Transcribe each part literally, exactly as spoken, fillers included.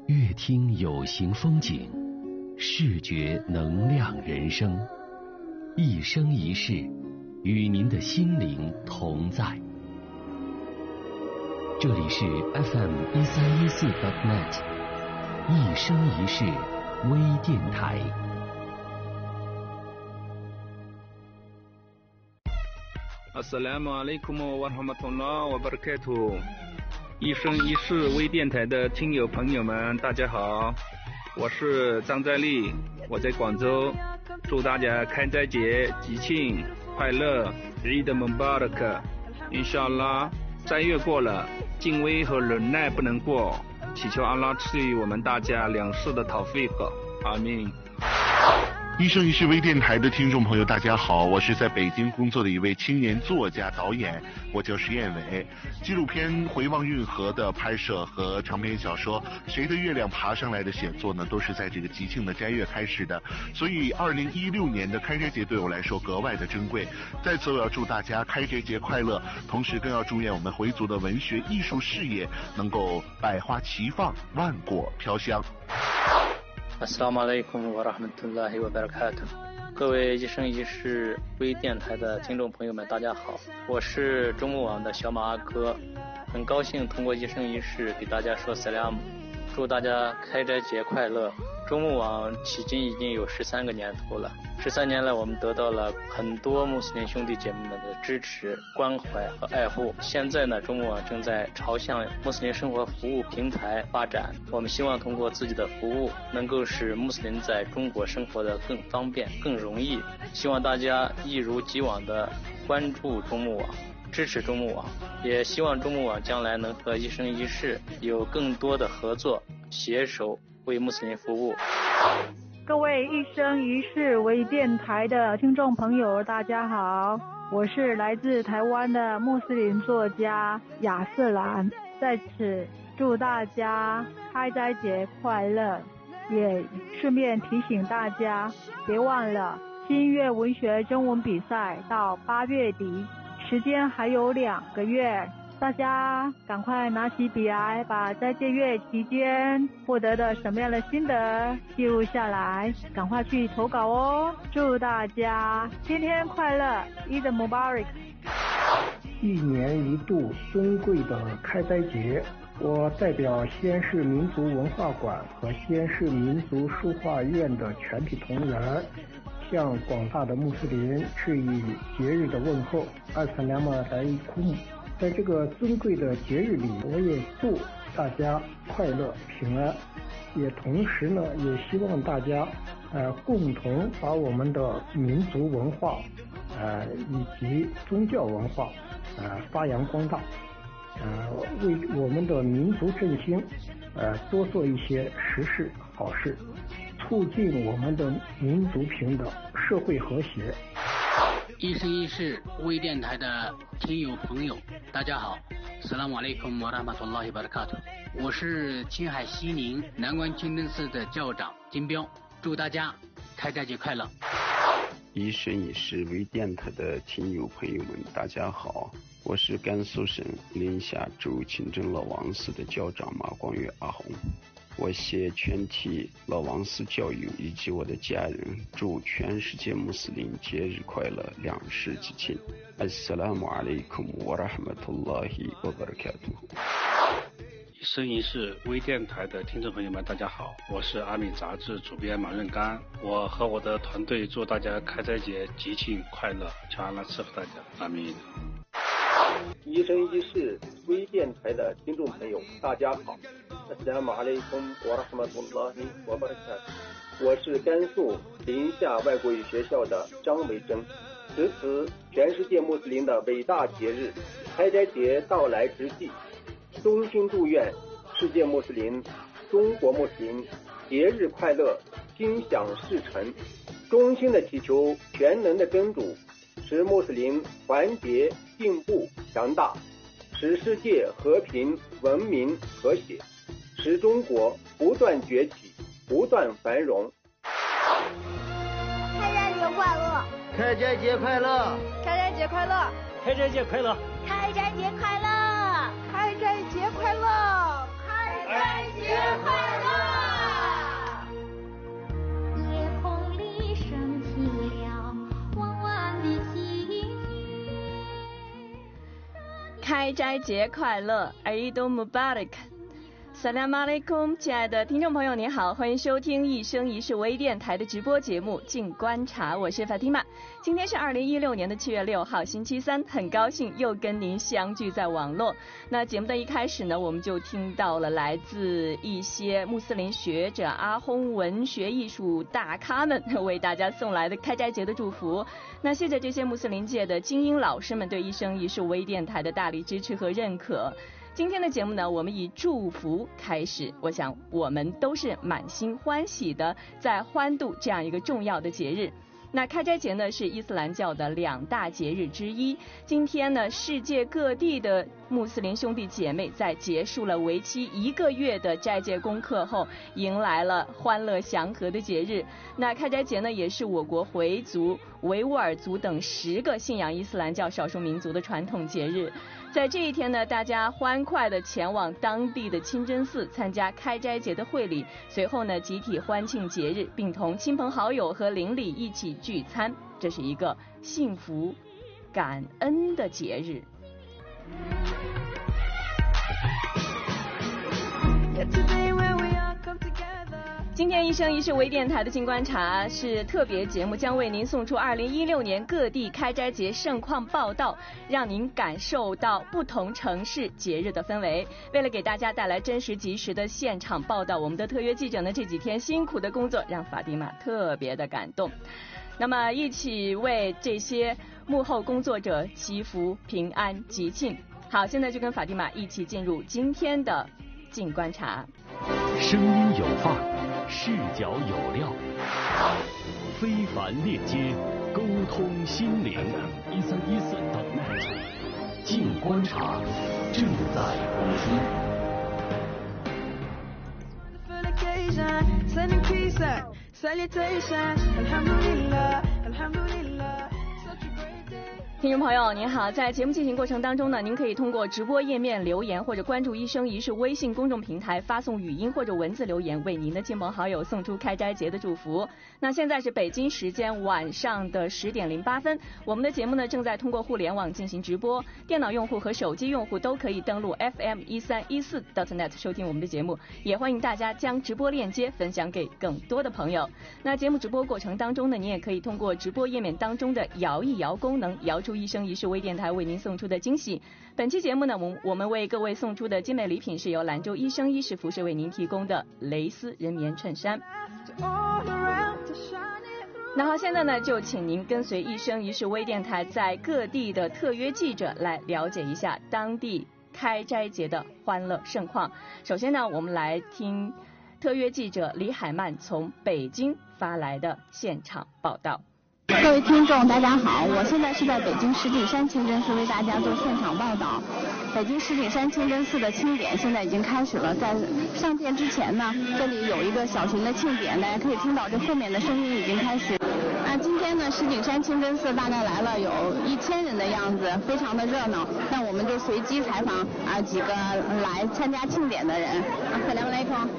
乐听有形风景，视觉能量人生，一生一世，与您的心灵同在。这里是 F M 一三一四 .net， 一生一世微电台。 Assalamu alaikum wa rahmatullahi wa barakatuh。一生一世微电台的听友朋友们，大家好，我是张在立，我在广州，祝大家开斋节吉庆快乐 Eid Mubarak。 Inshallah， 斋月过了，敬畏和忍耐不能过，祈求阿拉赐予我们大家两世的讨费和阿明。 一生一世微电台的听众朋友大家好，我是在北京工作的一位青年作家导演，我叫石彦伟。纪录片《回望运河》的拍摄和长篇小说《谁的月亮爬上来》的写作呢，都是在这个吉庆的斋月开始的，所以二零一六年的开斋节对我来说格外的珍贵。在此我要祝大家开斋节快乐，同时更要祝愿我们回族的文学艺术事业能够百花齐放，万果飘香。 Assalamu alaikum wa rahmatullahi wa barakatuh。 各位一生一世微电台的听众朋友们大家好，我是中牧网的小马阿哥，很高兴通过一生一世给大家说 Salam， 祝大家开斋节快乐。中牧网迄今已经有十三个年头了，十三年来我们得到了很多穆斯林兄弟姐妹们的支持、关怀和爱护。现在呢，中牧网正在朝向穆斯林生活服务平台发展，我们希望通过自己的服务能够使穆斯林在中国生活的更方便、更容易。希望大家一如既往的关注中牧网，支持中牧网，也希望中牧网将来能和一生一世有更多的合作，携手为穆斯林服务。 各位一生一世微电台的听众朋友大家好，我是来自台湾的穆斯林作家亚瑟兰，在此祝大家开斋节快乐，也顺便提醒大家别忘了新月文学征文比赛到八月底，时间还有两个月，大家赶快拿起笔来，把斋戒月期间获得的什么样的心得记录下来，赶快去投稿哦！祝大家天天快乐 Eid Mubarak。 一年一度尊贵的开斋节，我代表西安市民族文化馆和西安市民族书画院的全体同仁，向广大的穆斯林致以节日的问候，阿萨拉姆来库。在这个尊贵的节日里，我也祝大家快乐平安，也同时呢，也希望大家呃共同把我们的民族文化呃以及宗教文化呃发扬光大，呃为我们的民族振兴呃多做一些实事好事，促进我们的民族平等、社会和谐。 一生一世微电台的听友朋友大家好， Assalamu alaikum wa rahmatullahi wa barakatuh。 我是青海西宁南关清真寺的教长金彪，祝大家开斋节快乐。 一生一世微电台的听友朋友们大家好，我是甘肃省临夏州清真老王寺的教长马光月阿红，我携全体老王寺教友以及我的家人，祝全世界穆斯林节日快乐，两世吉庆。Assalamu alaikum wa rahmatullahi wa barakatuh。 一生一世微电台的听众朋友们大家好，我是阿米杂志主编马润刚，我和我的团队祝大家开斋节吉庆快乐，求阿拉赐福大家，阿弥。 一生一世微电台的听众朋友大家好， Assalamu alaikum wa rahmatullahi wa barakatuh。 我是甘肃临夏外国语学校的张维征。值此全世界穆斯林的伟大节日开斋节到来之际，衷心祝愿世界穆斯林、中国穆斯林节日快乐，心想事成，衷心的祈求全能的真主使穆斯林团结进步强大，使世界和平文明和谐，使中国不断崛起不断繁荣。 开斋节快乐！ 开斋节快乐！ 开斋节快乐！ 开斋节快乐！ 开斋节快乐！开斋节快乐！开斋节快乐！ 开斋节快乐 Eid Mubarak。 Salam alaikum， 亲爱的听众朋友您好，欢迎收听一生一世微电台的直播节目静观察，我是 Fatima。 今天是二零一六年的七月六号星期三，很高兴又跟您相聚在网络。那节目的一开始呢，我们就听到了来自一些穆斯林学者、阿訇文学艺术大咖们为大家送来的开斋节的祝福。那谢谢这些穆斯林界的精英老师们对一生一世微电台的大力支持和认可。今天的节目呢，我们以祝福开始，我想我们都是满心欢喜的在欢度这样一个重要的节日。那开斋节呢是伊斯兰教的两大节日之一，今天呢世界各地的穆斯林兄弟姐妹在结束了为期一个月的斋戒功课后，迎来了欢乐祥和的节日。那开斋节呢也是我国回族、维吾尔族等十个信仰伊斯兰教少数民族的传统节日。在这一天呢，大家欢快地前往当地的清真寺参加开斋节的会礼，随后呢集体欢庆节日，并同亲朋好友和邻里一起聚餐，这是一个幸福感恩的节日。今天一生一世微电台的静观察是特别节目，将为您送出二零一六年各地开斋节盛况报道，让您感受到不同城市节日的氛围。为了给大家带来真实及时的现场报道，我们的特约记者呢这几天辛苦的工作让法蒂玛特别的感动。那么一起为这些幕后工作者祈福平安吉庆。好，现在就跟法蒂玛一起进入今天的静观察。 声音有范儿，视角有料，非凡链接，沟通心灵。一三一四 .net， 静观察正在播出。听众朋友您好，在节目进行过程当中呢，您可以通过直播页面留言或者关注一生一世微信公众平台发送语音或者文字留言，为您的亲朋好友送出开斋节的祝福。那现在是北京时间晚上的十点零八分，我们的节目呢正在通过互联网进行直播，电脑用户和手机用户都可以登录 F M 一三一四 .net 收听我们的节目，也欢迎大家将直播链接分享给更多的朋友。那节目直播过程当中呢，您也可以通过直播页面当中的摇一摇功能摇出一生一世微电台为您送出的惊喜。本期节目呢，我我们为各位送出的精美礼品是由兰州一生一世服饰为您提供的蕾丝人棉衬衫。那好，现在呢就请您跟随一生一世微电台在各地的特约记者来了解一下当地开斋节的欢乐盛况。首先呢，我们来听特约记者李海曼从北京发来的现场报道。 各位听众大家好，我现在是在北京石景山清真寺为大家做现场报道。北京石景山清真寺的庆典现在已经开始了，在上殿之前呢，这里有一个小型的庆典，大家可以听到这后面的声音已经开始。啊，今天呢，石景山清真寺大概来了有一千人的样子，非常的热闹。那我们就随机采访啊几个来参加庆典的人。阿拉姆雷孔。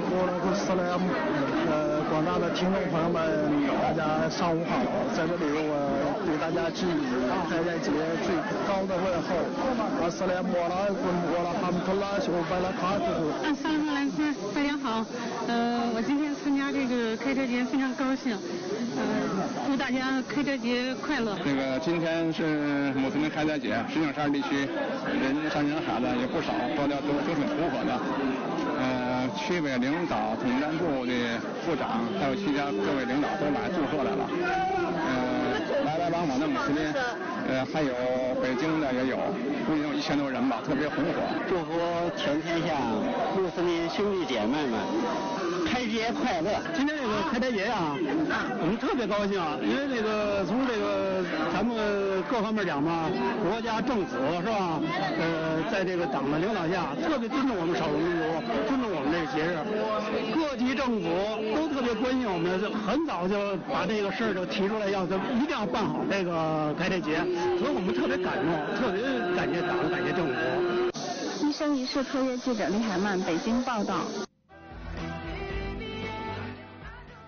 呃，广大的听众朋友们，大家上午好，在这里我给大家致以开斋节最高的问候。阿斯莱姆阿拉古瓦拉哈姆特拉修巴拉卡图。 啊，萨拉姆兰斯，大家好，呃，我今天参加这个开斋节非常高兴，呃，祝大家开斋节快乐。 这个今天是穆斯林开斋节，石景山地区人山人海的也不少，大家都都挺符合的。呃，区委领导、统战部的部长，还有其他各位领导都来祝贺来了。呃，来来往往的穆斯林，呃，还有北京的也有，估计有一千多人吧，特别红火。 祝福全天下穆斯林兄弟姐妹们开节快乐！ 今天这个开斋节呀，我们特别高兴，因为这个从这个咱们各方面讲嘛，国家政府是吧？呃，在这个党的领导下，特别尊重我们少数民族，尊重我们这个节日。各级政府都特别关心我们，很早就把这个事儿就提出来，要一定要办好这个开斋节，所以我们特别感动，特别感谢党，感谢政府。 一生一世特约记者李海曼北京报道。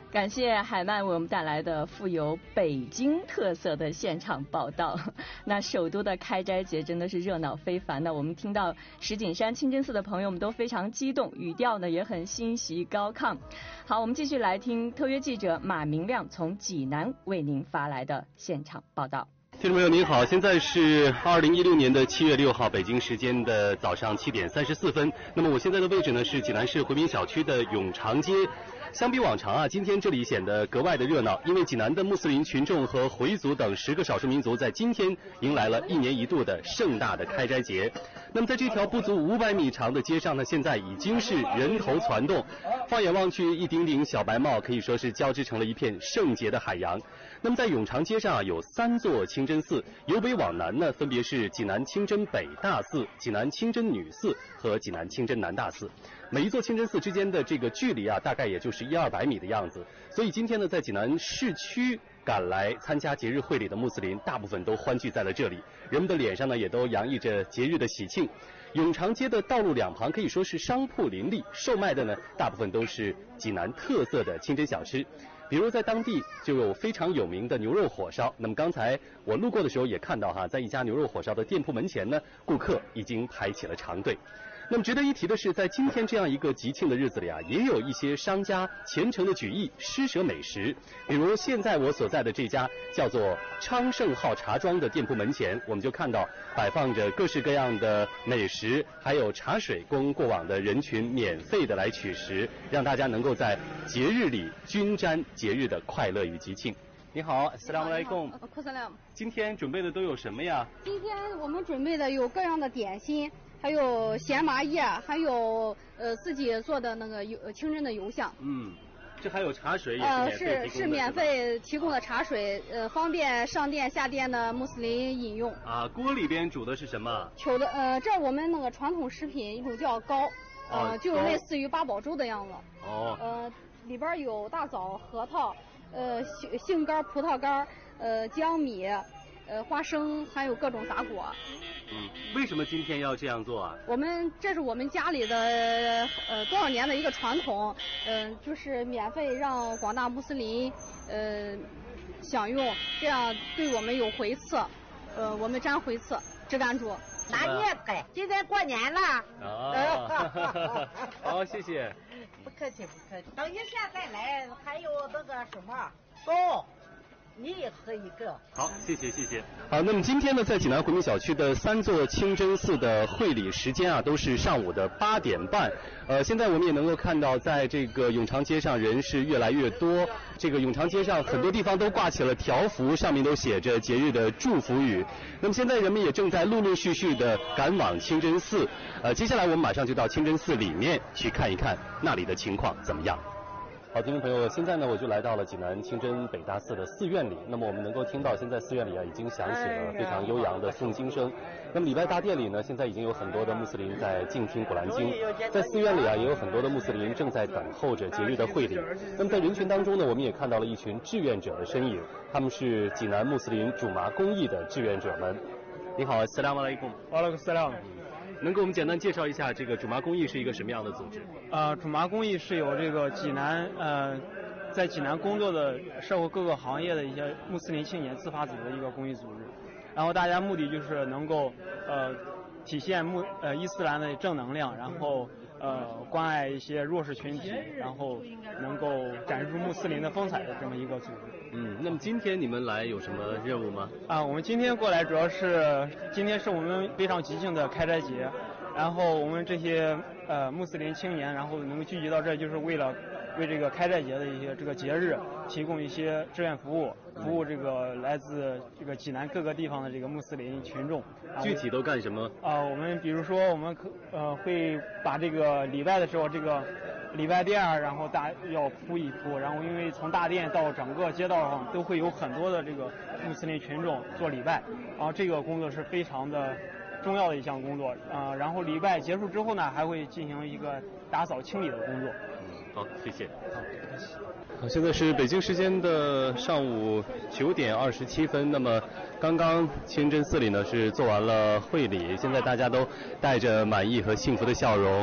感谢海曼为我们带来的富有北京特色的现场报道。那首都的开斋节真的是热闹非凡的，我们听到石景山清真寺的朋友们都非常激动，语调呢也很欣喜高亢。好，我们继续来听特约记者马明亮从济南为您发来的现场报道。 听众朋友您好，现在是二零一六年的七月六号北京时间的早上七点三十四分。那么我现在的位置呢是济南市回民小区的永长街。相比往常啊，今天这里显得格外的热闹，因为济南的穆斯林群众和回族等十个少数民族在今天迎来了一年一度的盛大的开斋节。那么在这条不足五百米长的街上呢，现在已经是人头攒动，放眼望去，一顶顶小白帽可以说是交织成了一片圣洁的海洋。那么在永长街上啊，有三座清真寺，由北往南呢，分别是济南清真北大寺、济南清真女寺和济南清真南大寺。每一座清真寺之间的这个距离啊，大概也就是一二百米的样子。所以今天呢，在济南市区赶来参加节日会礼的穆斯林，大部分都欢聚在了这里，人们的脸上呢，也都洋溢着节日的喜庆。永长街的道路两旁可以说是商铺林立，售卖的呢，大部分都是济南特色的清真小吃。比如在当地就有非常有名的牛肉火烧，那么刚才我路过的时候也看到哈，在一家牛肉火烧的店铺门前呢，顾客已经排起了长队。那么值得一提的是，在今天这样一个吉庆的日子里啊，也有一些商家虔诚的举义，施舍美食。比如现在我所在的这家叫做昌盛号茶庄的店铺门前，我们就看到摆放着各式各样的美食，还有茶水供过往的人群免费的来取食，让大家能够在节日里均沾节日的快乐与吉庆。你好，अस्सलाम वालेकुम。今天准备的都有什么呀？ 今天我们准备的有各样的点心，还有咸麻叶，还有呃自己做的那个油清真的油香。 嗯，这还有茶水也呃是免费提供的。 是是免费提供的茶水，呃方便上店下店的穆斯林饮用。 啊，锅里边煮的是什么？ 求的呃这我们那个传统食品一种叫糕，呃、 哦、 就类似于八宝粥的样子。 哦。 呃里边有大枣、核桃。呃，杏杏干、葡萄干，呃，江米，呃，花生，还有各种杂果。 嗯，为什么今天要这样做啊？ 我们这是我们家里的呃多少年的一个传统，嗯、呃，就是免费让广大穆斯林呃享用，这样对我们有回赐，呃，我们沾回赐，吃干猪。 拿叶子，今天过年了。 哦，好，谢谢。 不客气，不客气。等一下再来，还有那个什么糕，你也喝一个。 好，谢谢，谢谢。好，那么今天呢，在济南回民小区的三座清真寺的会礼时间啊，都是上午的八点半。呃，现在我们也能够看到，在这个永长街上人是越来越多。这个永长街上很多地方都挂起了条幅，上面都写着节日的祝福语。那么现在人们也正在陆陆续续的赶往清真寺。呃，接下来我们马上就到清真寺里面去看一看那里的情况怎么样。好，听众朋友，现在呢我就来到了济南清真北大寺的寺院里。那么我们能够听到现在寺院里啊已经响起了非常悠扬的诵经声。那么礼拜大殿里呢，现在已经有很多的穆斯林在静听古兰经。在寺院里啊，也有很多的穆斯林正在等候着节日的会礼。那么在人群当中呢，我们也看到了一群志愿者的身影，他们是济南穆斯林主麻公益的志愿者们。你好，Assalamu alaikum。 wa alaikum salam。 能给我们简单介绍一下这个主麻公益是一个什么样的组织？ 呃，主麻公益是由这个济南呃，在济南工作的社会各个行业的一些穆斯林青年自发组的一个公益组织。然后大家目的就是能够呃体现穆呃伊斯兰的正能量，然后呃关爱一些弱势群体，然后能够展示出穆斯林的风采的这么一个组织。 嗯，那么今天你们来有什么任务吗？ 啊，我们今天过来主要是今天是我们非常吉庆的开斋节，然后我们这些呃穆斯林青年，然后能够聚集到这，就是为了为这个开斋节的一些这个节日提供一些志愿服务，服务这个来自这个济南各个地方的这个穆斯林群众。 具体都干什么？ 啊，我们比如说我们可呃会把这个礼拜的时候这个。礼拜殿，然后大要铺一铺，然后因为从大殿到整个街道上都会有很多的这个穆斯林群众做礼拜，然后这个工作是非常的重要的一项工作啊、呃。然后礼拜结束之后呢，还会进行一个打扫清理的工作。 嗯，好，谢谢。好，现在是北京时间的上午九点二十七分。那么刚刚清真寺里呢是做完了会礼，现在大家都带着满意和幸福的笑容。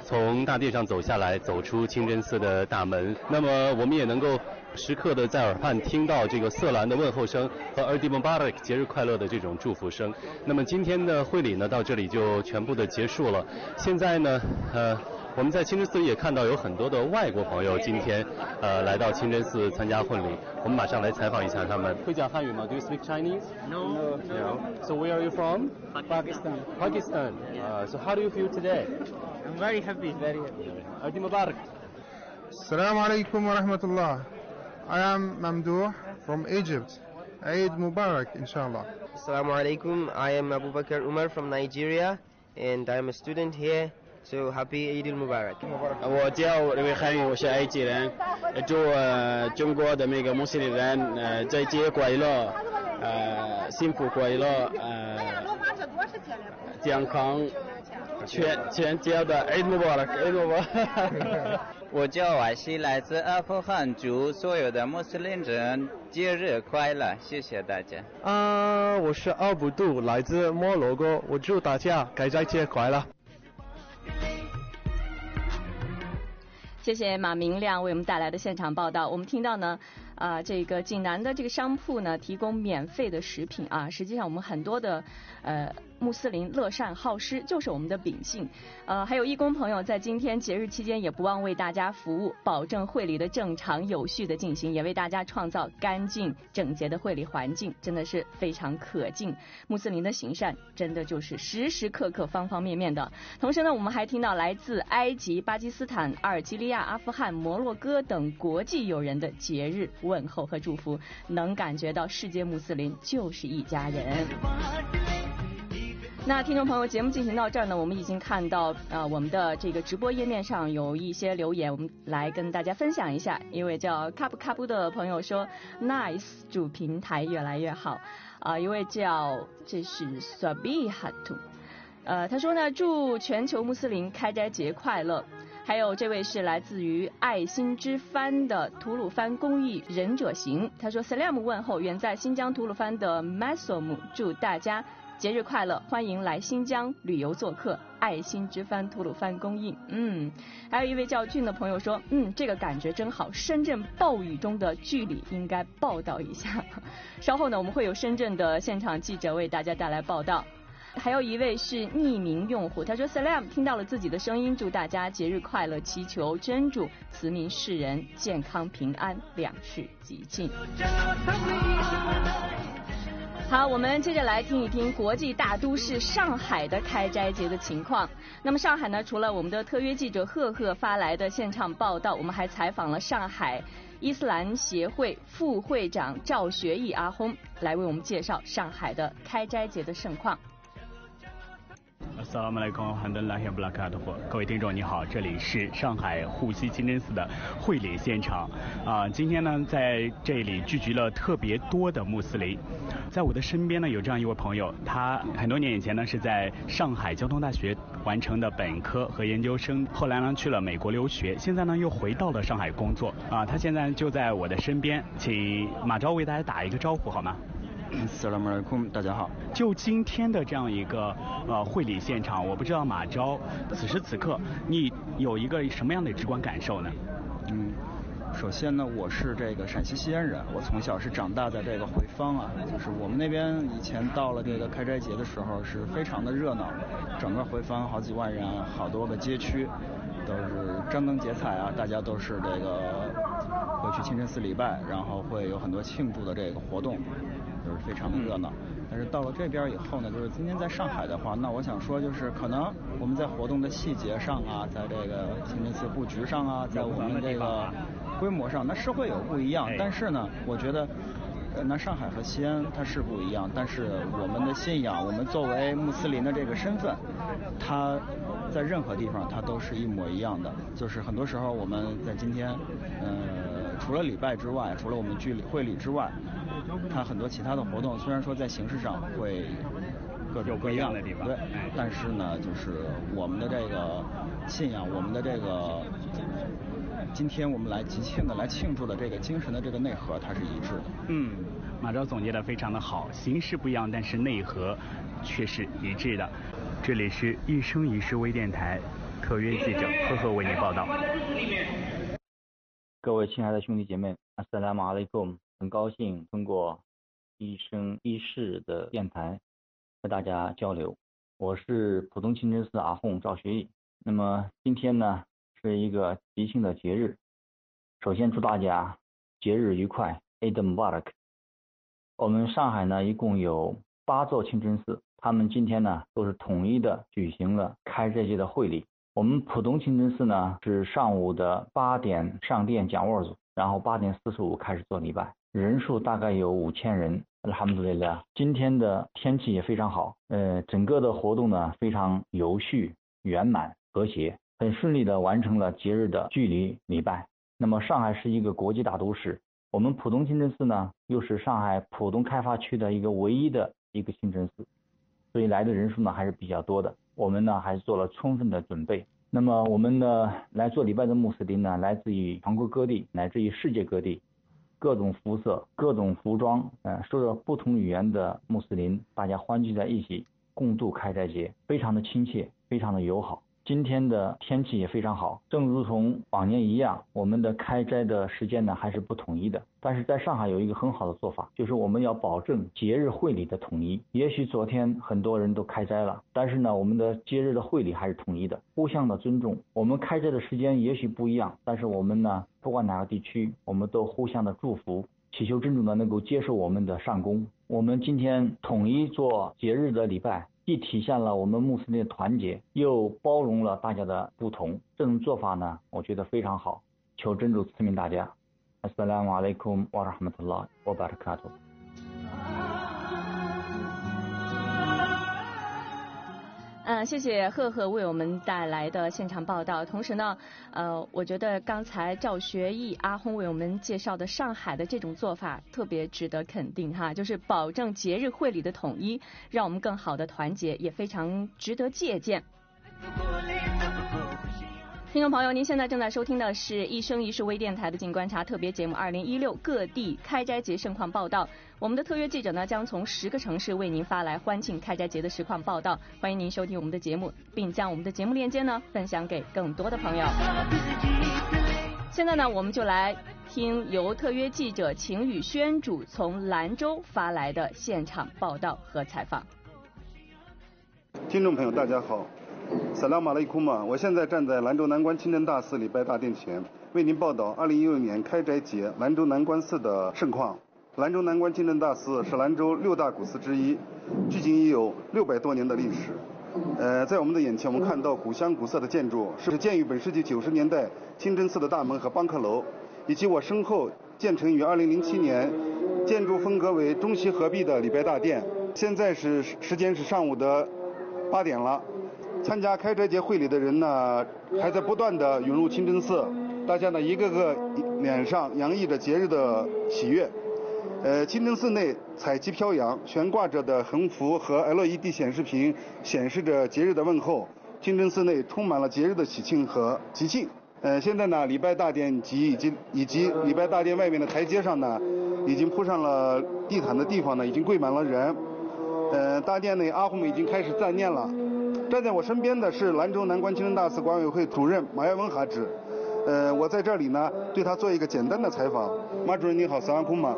从大殿上走下来，走出清真寺的大门。那么我们也能够时刻的在耳畔听到这个色兰的问候声和 Eid Mubarak 节日快乐的这种祝福声。那么今天的会礼呢，到这里就全部的结束了。现在呢，呃。我们在清真寺也看到有很多的外国朋友今天呃来到清真寺参加婚礼，我们马上来采访一下他们。会讲汉语吗 ？Do you speak Chinese? No. No. So where are you from? Pakistan. Pakistan. Uh, so how do you feel today? I'm very happy. Very happy. Eid Mubarak. Assalamu alaikum wa rahmatullah. I am Mamdouh from Egypt. Eid Mubarak, inshallah. Assalamu alaikum. I am Abu Bakr Umar from Nigeria, and I am a student here. So happy Eid al-Mubarak！ 我叫刘伟汉，我是埃及人，祝呃中国的每个穆斯林人呃在节快乐，呃幸福快乐，呃健康，全全家的 Eid Mubarak，Eid Mubarak。 我叫瓦西，来自阿富汗，祝所有的穆斯林人节日快乐，谢谢大家。 啊，我是奥布杜，来自摩洛哥，我祝大家开斋节快乐。 谢谢马明亮为我们带来的现场报道。我们听到呢，啊、呃，这个济南的这个商铺呢提供免费的食品啊。实际上我们很多的呃穆斯林乐善好施就是我们的秉性。呃，还有义工朋友在今天节日期间也不忘为大家服务，保证会礼的正常有序的进行，也为大家创造干净整洁的会礼环境，真的是非常可敬。穆斯林的行善真的就是时时刻刻方方面面的。同时呢，我们还听到来自埃及、巴基斯坦、阿尔及利亚、阿富汗、摩洛哥等国际友人的节日问候和祝福，能感觉到世界穆斯林就是一家人。那听众朋友，节目进行到这儿呢，我们已经看到啊、呃，我们的这个直播页面上有一些留言，我们来跟大家分享一下。一位叫卡布卡布的朋友说 ：“Nice， 祝平台越来越好。”啊、呃，一位叫这是 Sabihatu， 呃，他说呢，祝全球穆斯林开斋节快乐。还有这位是来自于爱心之帆的吐鲁番公益忍者行，他说 Salam 问候远在新疆吐鲁番的 Masom， 祝大家节日快乐，欢迎来新疆旅游做客，爱心之帆吐鲁番公益。嗯，还有一位叫俊的朋友说，嗯，这个感觉真好，深圳暴雨中的剧里应该报道一下。稍后呢，我们会有深圳的现场记者为大家带来报道。还有一位是匿名用户，他说 Salam 听到了自己的声音，祝大家节日快乐，祈求真主慈悯世人，健康平安，两世吉庆。好，我们接着来听一听国际大都市上海的开斋节的情况。那么上海呢，除了我们的特约记者赫赫发来的现场报道，我们还采访了上海伊斯兰协会副会长赵学义阿訇，来为我们介绍上海的开斋节的盛况。 Assalamu alaikum warahmatullahi wabarakatuh。各位听众你好，这里是上海沪西清真寺的会礼现场啊。今天呢，在这里聚集了特别多的穆斯林。在我的身边呢，有这样一位朋友，他很多年以前呢是在上海交通大学完成的本科和研究生，后来呢去了美国留学，现在呢又回到了上海工作啊。他现在就在我的身边，请马昭为大家打一个招呼好吗 ？Assalamu alaikum， 大家好。 就今天的这样一个呃会礼现场，我不知道马昭此时此刻你有一个什么样的直观感受呢？ 嗯，首先呢，我是这个陕西西安人，我从小是长大在这个回坊啊，就是我们那边以前到了这个开斋节的时候是非常的热闹，整个回坊好几万人啊，好多个街区都是张灯结彩啊，大家都是这个会去清真寺礼拜，然后会有很多庆祝的这个活动。就是非常的热闹，但是到了这边以后呢，就是今天在上海的话，那我想说就是可能我们在活动的细节上啊，在这个清真寺布局上啊，在我们这个规模上，那是会有不一样。但是呢，我觉得，呃，那上海和西安它是不一样，但是我们的信仰，我们作为穆斯林的这个身份，它在任何地方它都是一模一样的。就是很多时候我们在今天，呃，除了礼拜之外，除了我们聚礼会礼之外。它很多其他的活动，虽然说在形式上会各种各样的地方， 对，但是呢，就是我们的这个信仰，我们的这个今天我们来吉庆的、来庆祝的这个精神的这个内核，它是一致的。 嗯，马昭总结的非常的好，形式不一样，但是内核却是一致的。这里是一生一世微电台。 特约记者赫赫为您报道。 各位亲爱的兄弟姐妹，阿斯拉姆阿雷贡，很高兴通过一生一世的电台和大家交流。我是浦东清真寺阿訇赵学义。那么今天呢是一个吉庆的节日，首先祝大家节日愉快 Eid Mubarak。 我们上海呢一共有八座清真寺，他们今天呢都是统一的举行了开斋节的会礼。我们浦东清真寺呢是上午的八点上殿讲沃组，然后八点四十五开始做礼拜，人数大概有五千人。Alhamdulillah， 今天的天气也非常好，呃，整个的活动呢非常有序、圆满、和谐，很顺利的完成了节日的距离礼拜。那么上海是一个国际大都市，我们浦东清真寺呢又是上海浦东开发区的一个唯一的一个清真寺，所以来的人数呢还是比较多的。我们呢还是做了充分的准备。那么我们呢来做礼拜的穆斯林呢，来自于全国各地，乃至于世界各地，各种肤色、各种服装，呃，说着不同语言的穆斯林，大家欢聚在一起，共度开斋节，非常的亲切，非常的友好。今天的天气也非常好，正如同往年一样，我们的开斋的时间呢还是不统一的。但是在上海有一个很好的做法，就是我们要保证节日会礼的统一。也许昨天很多人都开斋了，但是呢我们的节日的会礼还是统一的，互相的尊重。我们开斋的时间也许不一样，但是我们呢不管哪个地区，我们都互相的祝福，祈求真主呢能够接受我们的上供。我们今天统一做节日的礼拜，既体现了我们穆斯林的团结，又包容了大家的不同。这种做法呢我觉得非常好，求真主赐命大家。Assalamu alaikum wa rahmatullahi wa barakatuh。 嗯，谢谢赫赫为我们带来的现场报道。同时呢，呃，我觉得刚才赵学义阿訇为我们介绍的上海的这种做法特别值得肯定哈，就是保证节日会礼的统一，让我们更好的团结，也非常值得借鉴。听众朋友，您现在正在收听的是一生一世微电台的静观察特别节目二零一六各地开斋节盛况报道。我们的特约记者呢将从十个城市为您发来欢庆开斋节的实况报道，欢迎您收听我们的节目，并将我们的节目链接呢分享给更多的朋友。现在呢我们就来听由特约记者秦宇轩主从兰州发来的现场报道和采访。 听众朋友大家好，萨拉马雷库玛，我现在站在兰州南关清真大寺礼拜大殿前，为您报道二零一六年开斋节兰州南关寺的盛况。兰州南关清真大寺是兰州六大古寺之一，距今已有六百多年的历史。呃，在我们的眼前，我们看到古香古色的建筑，是建于本世纪九十年代清真寺的大门和邦克楼，以及我身后建成于二零零七年，建筑风格为中西合璧的礼拜大殿。现在是时间是上午的八点了。参加开斋节会礼的人呢，还在不断的涌入清真寺，大家呢一个个脸上洋溢着节日的喜悦。呃，清真寺内彩旗飘扬，悬挂着的横幅和 L E D 显示屏显示着节日的问候。清真寺内充满了节日的喜庆和吉庆。呃，现在呢，礼拜大殿及以及以及礼拜大殿外面的台阶上呢，已经铺上了地毯的地方呢，已经跪满了人。呃，大殿内阿訇们已经开始赞念了。站在我身边的是兰州南关清真大寺管委会主任马亚文哈指。呃，我在这里呢，对他做一个简单的采访。马主任你好，萨拉库玛。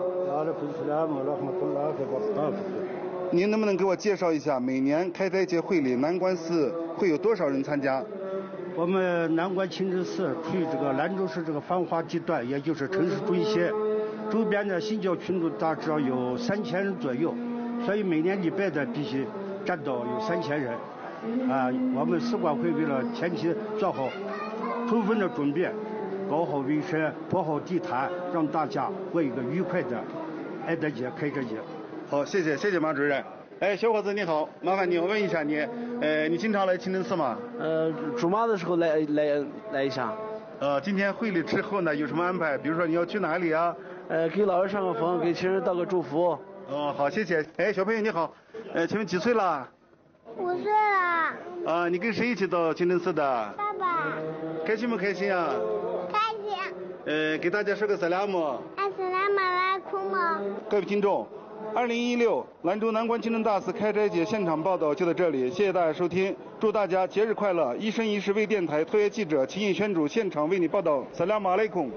您能不能给我介绍一下每年开斋节会礼南关寺会有多少人参加？ 我们南关清真寺处于这个兰州市这个繁华地段，也就是城市中心，周边的信教群众大致有三千人左右，所以每年礼拜的必须占到有三千人。啊，我们寺管会为了前期做好充分的准备，搞好卫生，铺好地毯，让大家过一个愉快的爱德节、开斋节。 好，谢谢，谢谢马主任。哎，小伙子你好，麻烦你，我问一下你，呃，你经常来清真寺吗？ 呃，主妈的时候来来来一下。 呃，今天会礼之后呢，有什么安排？比如说你要去哪里啊？ 呃，给老人上个坟，给亲人道个祝福。 哦，好，谢谢。哎，小朋友你好，呃，请问几岁了？ 五岁了。 啊，你跟谁一起到清真寺的？ 爸爸。 开心不开心啊？ 开心。 呃，给大家说个萨拉姆。 阿斯拉马拉库姆。 各位听众， 二零一六兰州南关清真大寺开斋节现场报道就到这里，谢谢大家收听，祝大家节日快乐！一生一世微电台特约记者秦毅宣主现场为你报道。萨拉马莱孔。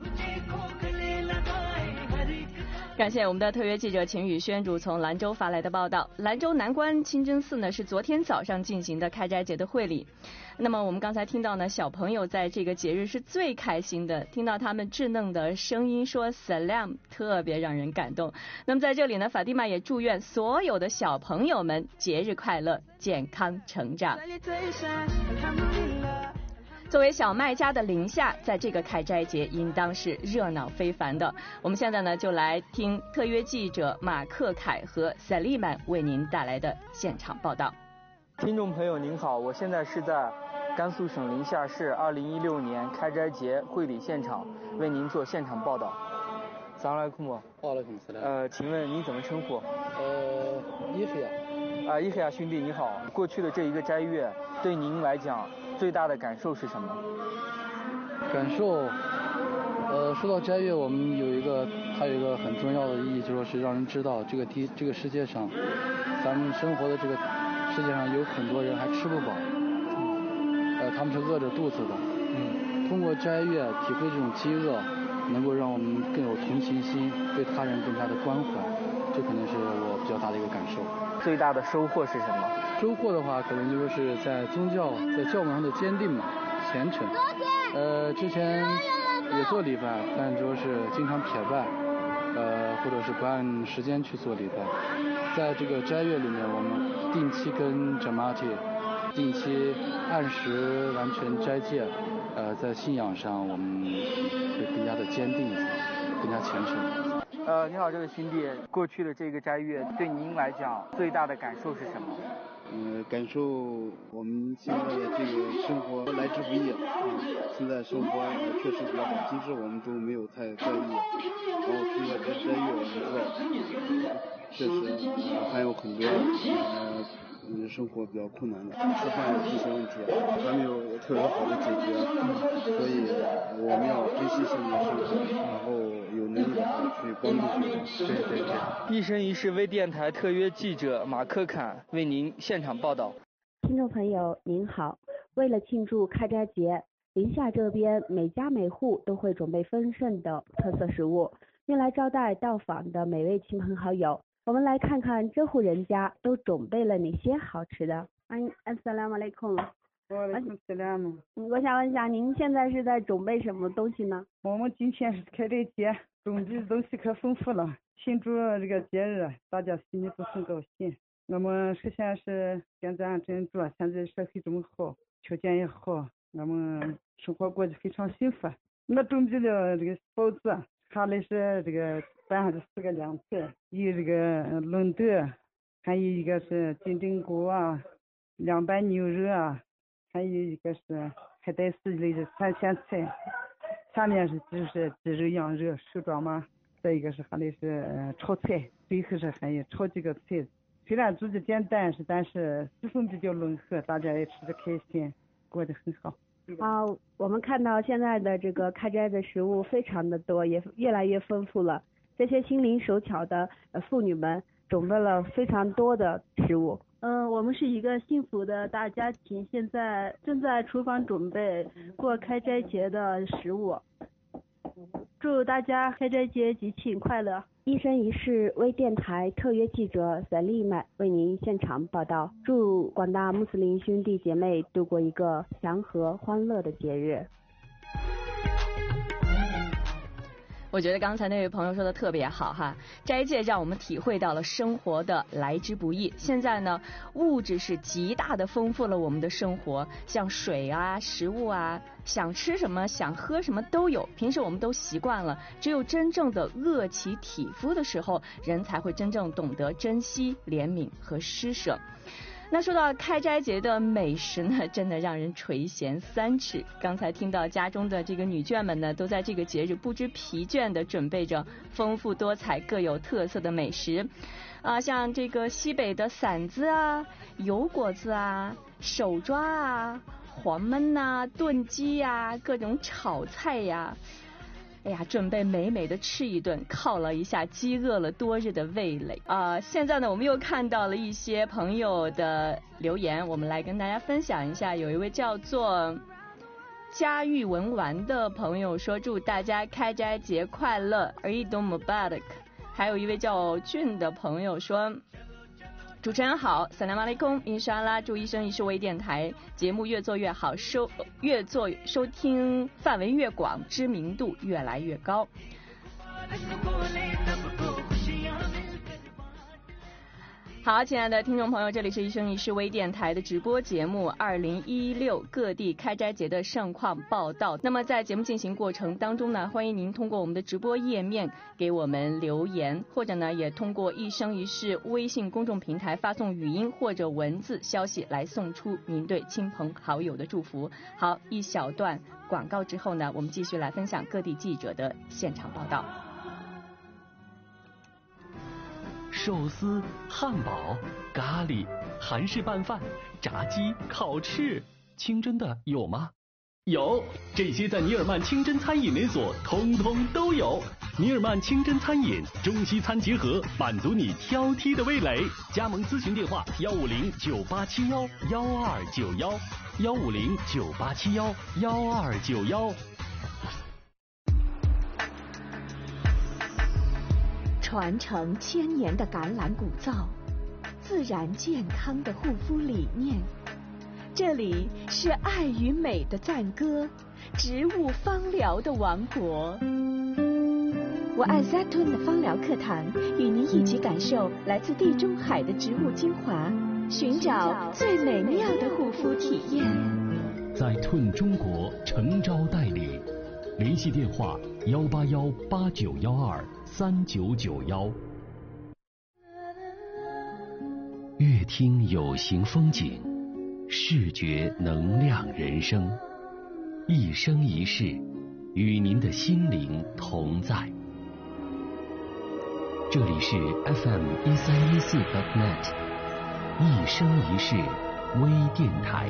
感谢我们的特约记者秦宇轩主从兰州发来的报道。兰州南关清真寺呢是昨天早上进行的开斋节的会礼。那么我们刚才听到呢，小朋友在这个节日是最开心的，听到他们稚嫩的声音说 Salam， 特别让人感动。那么在这里呢，法蒂玛也祝愿所有的小朋友们节日快乐，健康成长。作为小卖家的宁夏，在这个开斋节应当是热闹非凡的。我们现在呢，就来听特约记者马克凯和塞利曼为您带来的现场报道。 听众朋友您好，我现在是在甘肃省临夏市二零一六年开斋节会礼现场，为您做现场报道。萨拉库姆，呃，请问您怎么称呼？呃，伊黑亚。啊，伊黑亚兄弟你好，过去的这一个斋月对您来讲最大的感受是什么？ 感受，呃，说到斋月，我们有一个，它有一个很重要的意义，就说是让人知道这个地这个世界上，咱们生活的这个世界上有很多人还吃不饱，呃，他们是饿着肚子的。嗯。通过斋月体会这种饥饿，能够让我们更有同情心，对他人更加的关怀，这可能是我比较大的一个感受。 最大的收获是什么？ 收获的话，可能就是在宗教、在教门上的坚定嘛、虔诚。呃，之前也做礼拜，但主要是经常撇拜，呃，或者是不按时间去做礼拜。在这个斋月里面，我们定期跟 Jamaati 定期按时完全斋戒，呃，在信仰上我们会更加的坚定一些，更加虔诚。 呃，你好，这位兄弟，过去的这个斋月对您来讲最大的感受是什么？ 呃，感受我们现在的这个生活来之不易啊，现在生活呃确实比较好，其实我们都没有太在意，然后通过这斋月我们知道，确实呃还有很多呃嗯生活比较困难的，吃饭这些问题还没有特别好的解决，所以我们要珍惜现在的生活，然后有能力的话去帮助别人。 对对对。一生一世微电台特约记者马克坎为您现场报道。 听众朋友您好，为了庆祝开斋节，宁夏这边每家每户都会准备丰盛的特色食物，用来招待到访的每位亲朋好友。我们来看看这户人家都准备了哪些好吃的。嗯，安萨拉马莱孔。我想问一下，您现在是在准备什么东西呢？ 我们今天是开斋节，准备的东西可丰富了，庆祝这个节日，大家心里都很高兴。那么首先是现在俺真做，现在社会这么好，条件也好，那么生活过得非常幸福。我准备了这个包子，还来是这个饭上的四个凉菜，有这个轮豆，还有一个是金针菇啊，凉拌牛肉啊，还有一个是海带丝类的三鲜菜，下面是就是鸡肉、羊肉、手抓麻，再一个是还得是呃炒菜，最后是还有炒几个菜。虽然做的简单是，但是气氛比较融合，大家也吃得开心，过得很好。 啊，我们看到现在的这个开斋的食物非常的多，也越来越丰富了。这些心灵手巧的呃妇女们准备了非常多的食物。 嗯，我们是一个幸福的大家庭，现在正在厨房准备过开斋节的食物。祝大家开斋节吉庆快乐！ 一生一世微电台特约记者塞利曼为您现场报道，祝广大穆斯林兄弟姐妹度过一个祥和欢乐的节日。 我觉得刚才那位朋友说的特别好哈，斋戒让我们体会到了生活的来之不易。现在呢，物质是极大的丰富了我们的生活，像水啊、食物啊，想吃什么、想喝什么都有。平时我们都习惯了，只有真正的饿其体肤的时候，人才会真正懂得珍惜、怜悯和施舍。那说到开斋节的美食呢，真的让人垂涎三尺。刚才听到家中的这个女眷们呢，都在这个节日不知疲倦地准备着丰富多彩、各有特色的美食啊，像这个西北的馓子啊、油果子啊、手抓啊、黄焖呐、炖鸡呀、各种炒菜呀。 哎呀，准备美美的吃一顿，犒劳一下饥饿了多日的味蕾啊、呃！现在呢，我们又看到了一些朋友的留言，我们来跟大家分享一下。有一位叫做家喻文玩的朋友说，祝大家开斋节快乐 Eid Mubarak。还有一位叫俊的朋友说，主持人好，萨拉马雷空，印沙拉，祝一生一世微电台节目越做越好，收越做收听范围越广，知名度越来越高。好，亲爱的听众朋友，这里是一生一世微电台的直播节目二零一六各地开斋节的盛况报道。那么在节目进行过程当中呢，欢迎您通过我们的直播页面给我们留言，或者呢也通过一生一世微信公众平台发送语音或者文字消息来送出您对亲朋好友的祝福。好，一小段广告之后呢，我们继续来分享各地记者的现场报道。 寿司、汉堡、咖喱、韩式拌饭、炸鸡、烤翅，清真的有吗？有，这些在尼尔曼清真餐饮连锁通通都有。尼尔曼清真餐饮，中西餐结合，满足你挑剔的味蕾。加盟咨询电话：幺五零九八七幺幺二九幺，幺五零九八七幺幺二九幺。 传承千年的橄榄古皂，自然健康的护肤理念。这里是爱与美的赞歌，植物芳疗的王国。我爱 Zatun 的芳疗课堂，与您一起感受来自地中海的植物精华，寻找最美妙的护肤体验。 在Zatun中国诚招代理，联系电话幺八幺八九幺二三九九幺。乐听有形风景，视觉能量人生，一生一世，与您的心灵同在。这里是 F M 一三一四 .net， 一生一世微电台。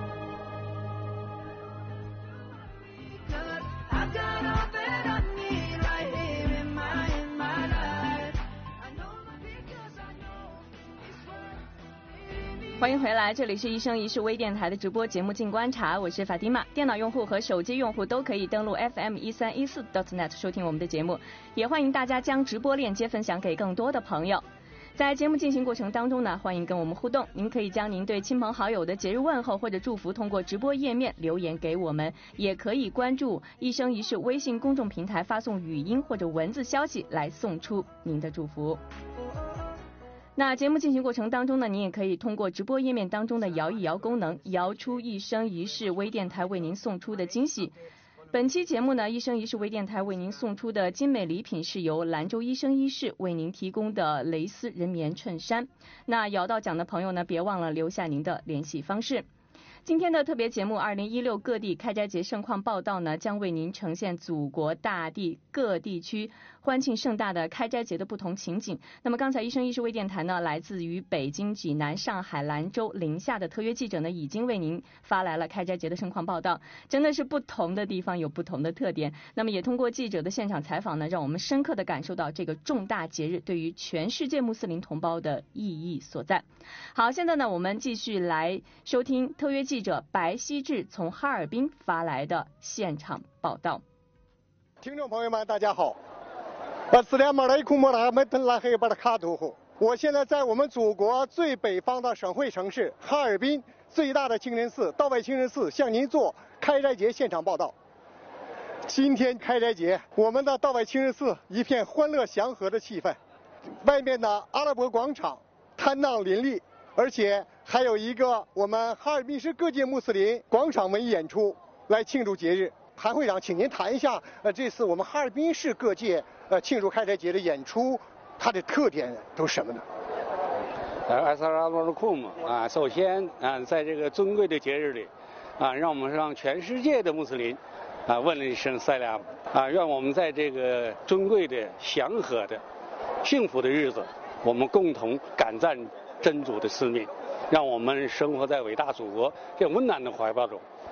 欢迎回来，这里是一生一世微电台的直播节目静观察，我是法蒂玛。电脑用户和手机用户都可以登录 F M 一三一四 .net 收听我们的节目，也欢迎大家将直播链接分享给更多的朋友。在节目进行过程当中呢，欢迎跟我们互动，您可以将您对亲朋好友的节日问候或者祝福通过直播页面留言给我们，也可以关注一生一世微信公众平台发送语音或者文字消息来送出您的祝福。那节目进行过程当中呢，您也可以通过直播页面当中的摇一摇功能，摇出一生一世微电台为您送出的惊喜。本期节目呢，一生一世微电台为您送出的精美礼品是由兰州一生一世为您提供的蕾丝人棉衬衫。那摇到奖的朋友呢，别忘了留下您的联系方式。今天的特别节目二零一六各地开斋节盛况报道呢，将为您呈现祖国大地各地区欢庆盛大的开斋节的不同情景。那么刚才一生一世微电台呢，来自于北京、济南、上海、兰州、宁夏的特约记者呢，已经为您发来了开斋节的盛况报道。真的是不同的地方有不同的特点。那么也通过记者的现场采访呢，让我们深刻的感受到这个重大节日对于全世界穆斯林同胞的意义所在。好，现在呢，我们继续来收听特约记者白希志从哈尔滨发来的现场报道。 听众朋友们，大家好。我斯里马来库莫拉梅登拉黑巴的卡图湖，我现在在我们祖国最北方的省会城市哈尔滨最大的清真寺道外清真寺，向您做开斋节现场报道。今天开斋节，我们的道外清真寺一片欢乐祥和的气氛，外面的阿拉伯广场摊档林立，而且还有一个我们哈尔滨市各界穆斯林广场文艺演出来庆祝节日。韩会长，请您谈一下，呃，这次我们哈尔滨市各界呃庆祝开斋节的演出，它的特点都是什么呢？ 呃，艾萨拉罗库姆啊，首先啊，在这个尊贵的节日里，啊，让我们让全世界的穆斯林啊问了一声塞拉姆啊，让我们在这个尊贵的、祥和的、幸福的日子，我们共同感赞真主的赐命，让我们生活在伟大祖国这温暖的怀抱中。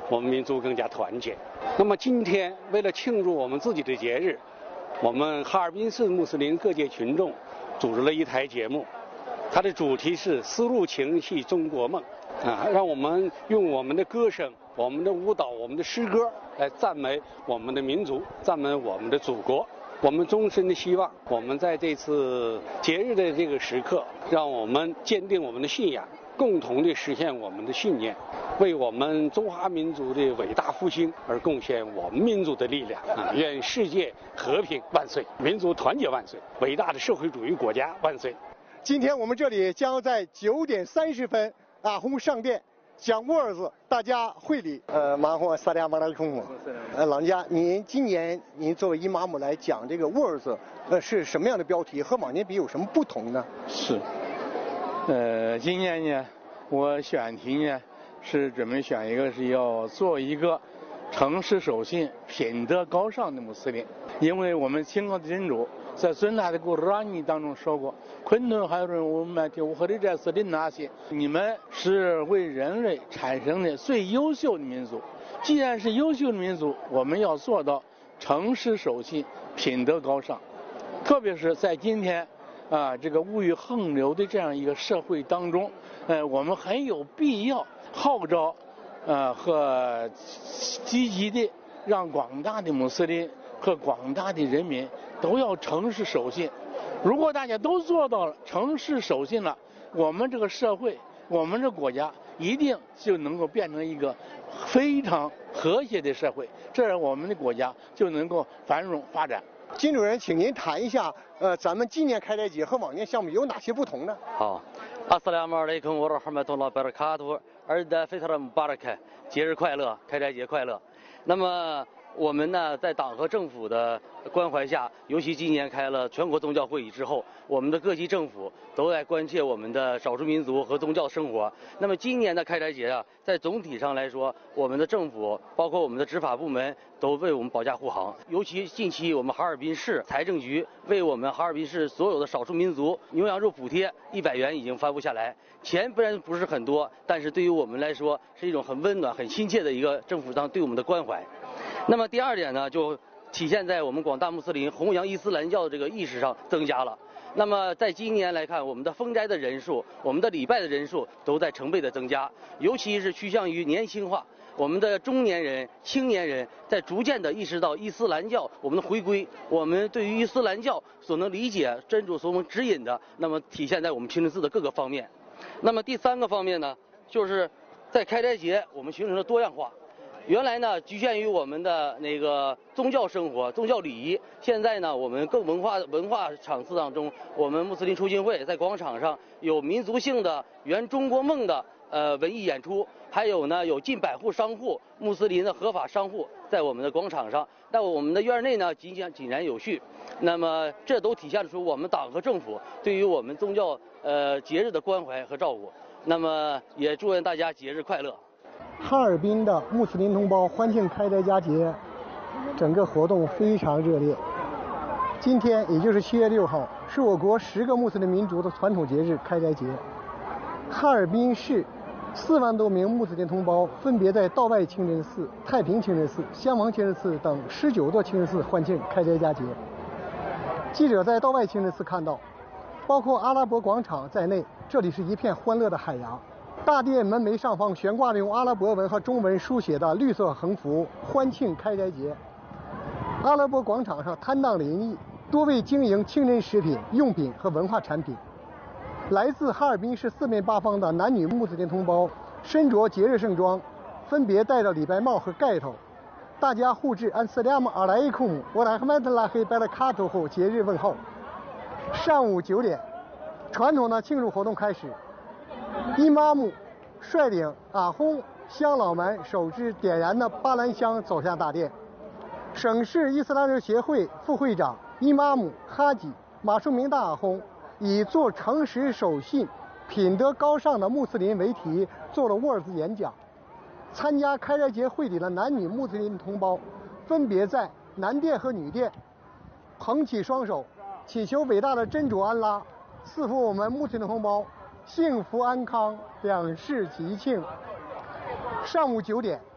我们民族更加团结。那么今天为了庆祝我们自己的节日，我们哈尔滨市穆斯林各界群众组织了一台节目，它的主题是丝路情系中国梦啊，让我们用我们的歌声、我们的舞蹈、我们的诗歌来赞美我们的民族，赞美我们的祖国。我们衷心的希望，我们在这次节日的这个时刻，让我们坚定我们的信仰，共同的实现我们的信念，为我们中华民族的伟大复兴而贡献我们民族的力量啊！愿世界和平万岁，民族团结万岁，伟大的社会主义国家万岁！ 今天我们这里将在九点三十分阿訇上殿讲沃尔兹，大家会礼。呃，马洪萨利亚马拉空姆。呃，老人家，您今年您作为伊玛目来讲这个沃尔兹，呃，是什么样的标题？和往年比有什么不同呢？ 是，呃，今年呢，我选题呢是准备选一个是要做一个诚实守信、品德高尚的穆斯林，因为我们清高的真主在尊大的古兰尼当中说过：“昆顿还有人我们听我和这这斯林那些，你们是为人类产生的最优秀的民族。既然是优秀的民族，我们要做到诚实守信、品德高尚。特别是在今天啊这个物欲横流的这样一个社会当中，呃，我们很有必要号召，呃和积极的让广大的穆斯林和广大的人民都要诚实守信。如果大家都做到了诚实守信了，我们这个社会，我们这国家一定就能够变成一个非常和谐的社会，这样我们的国家就能够繁荣发展。 金主任，请您谈一下，呃，咱们今年开斋节和往年相比有哪些不同呢？ 好，阿斯拉姆阿莱库姆wa rahmatullahi wa barakatuh， 尔的非常的 mubarak， 节日快乐，开斋节快乐。那么我们呢，在党和政府的关怀下，尤其今年开了全国宗教会议之后，我们的各级政府都在关切我们的少数民族和宗教生活。那么今年的开斋节啊，在总体上来说，我们的政府包括我们的执法部门都为我们保驾护航。尤其近期我们哈尔滨市财政局为我们哈尔滨市所有的少数民族牛羊肉补贴一百元已经发布下来，钱不然不是很多，但是对于我们来说是一种很温暖、很亲切的一个政府当对我们的关怀。那么第二点呢，就体现在我们广大穆斯林弘扬伊斯兰教的这个意识上增加了。那么在今年来看，我们的封斋的人数、我们的礼拜的人数都在成倍的增加，尤其是趋向于年轻化。我们的中年人、青年人在逐渐的意识到伊斯兰教我们的回归，我们对于伊斯兰教所能理解真主所能指引的，那么体现在我们清真寺的各个方面。那么第三个方面呢，就是在开斋节我们形成了多样化。原来呢，局限于我们的那个宗教生活、宗教礼仪。现在呢，我们更文化文化场次当中，我们穆斯林促进会在广场上有民族性的圆中国梦的呃文艺演出，还有呢有近百户商户穆斯林的合法商户在我们的广场上。在我们的院内呢，井井井然有序。那么这都体现出我们党和政府对于我们宗教呃节日的关怀和照顾。那么也祝愿大家节日快乐。 哈尔滨的穆斯林同胞欢庆开斋佳节，整个活动非常热烈。今天也就是七月六号，是我国十个穆斯林民族的传统节日开斋节。哈尔滨市四万多名穆斯林同胞分别在道外清真寺、太平清真寺、香王清真寺等十九座清真寺欢庆开斋佳节。记者在道外清真寺看到，包括阿拉伯广场在内，这里是一片欢乐的海洋。大殿门楣上方悬挂着用阿拉伯文和中文书写的绿色横幅，欢庆开斋节。阿拉伯广场上摊档林立，多位经营清真食品、用品和文化产品。来自哈尔滨市四面八方的男女穆斯林同胞身着节日盛装，分别戴着礼拜帽和盖头，大家互致安斯拉姆阿莱库姆我拉赫曼特拉黑拜勒卡图后节日问候。上午九点，传统的庆祝活动开始。伊玛目率领阿訇乡老们手持点燃的巴兰香走向大殿。省市伊斯兰教协会副会长伊玛目哈吉马树明大阿訇以做诚实守信、品德高尚的穆斯林为题做了沃尔兹演讲。参加开斋节会礼的男女穆斯林同胞分别在男殿和女殿捧起双手，祈求伟大的真主安拉赐福我们穆斯林同胞幸福安康，两世吉庆。上午九点，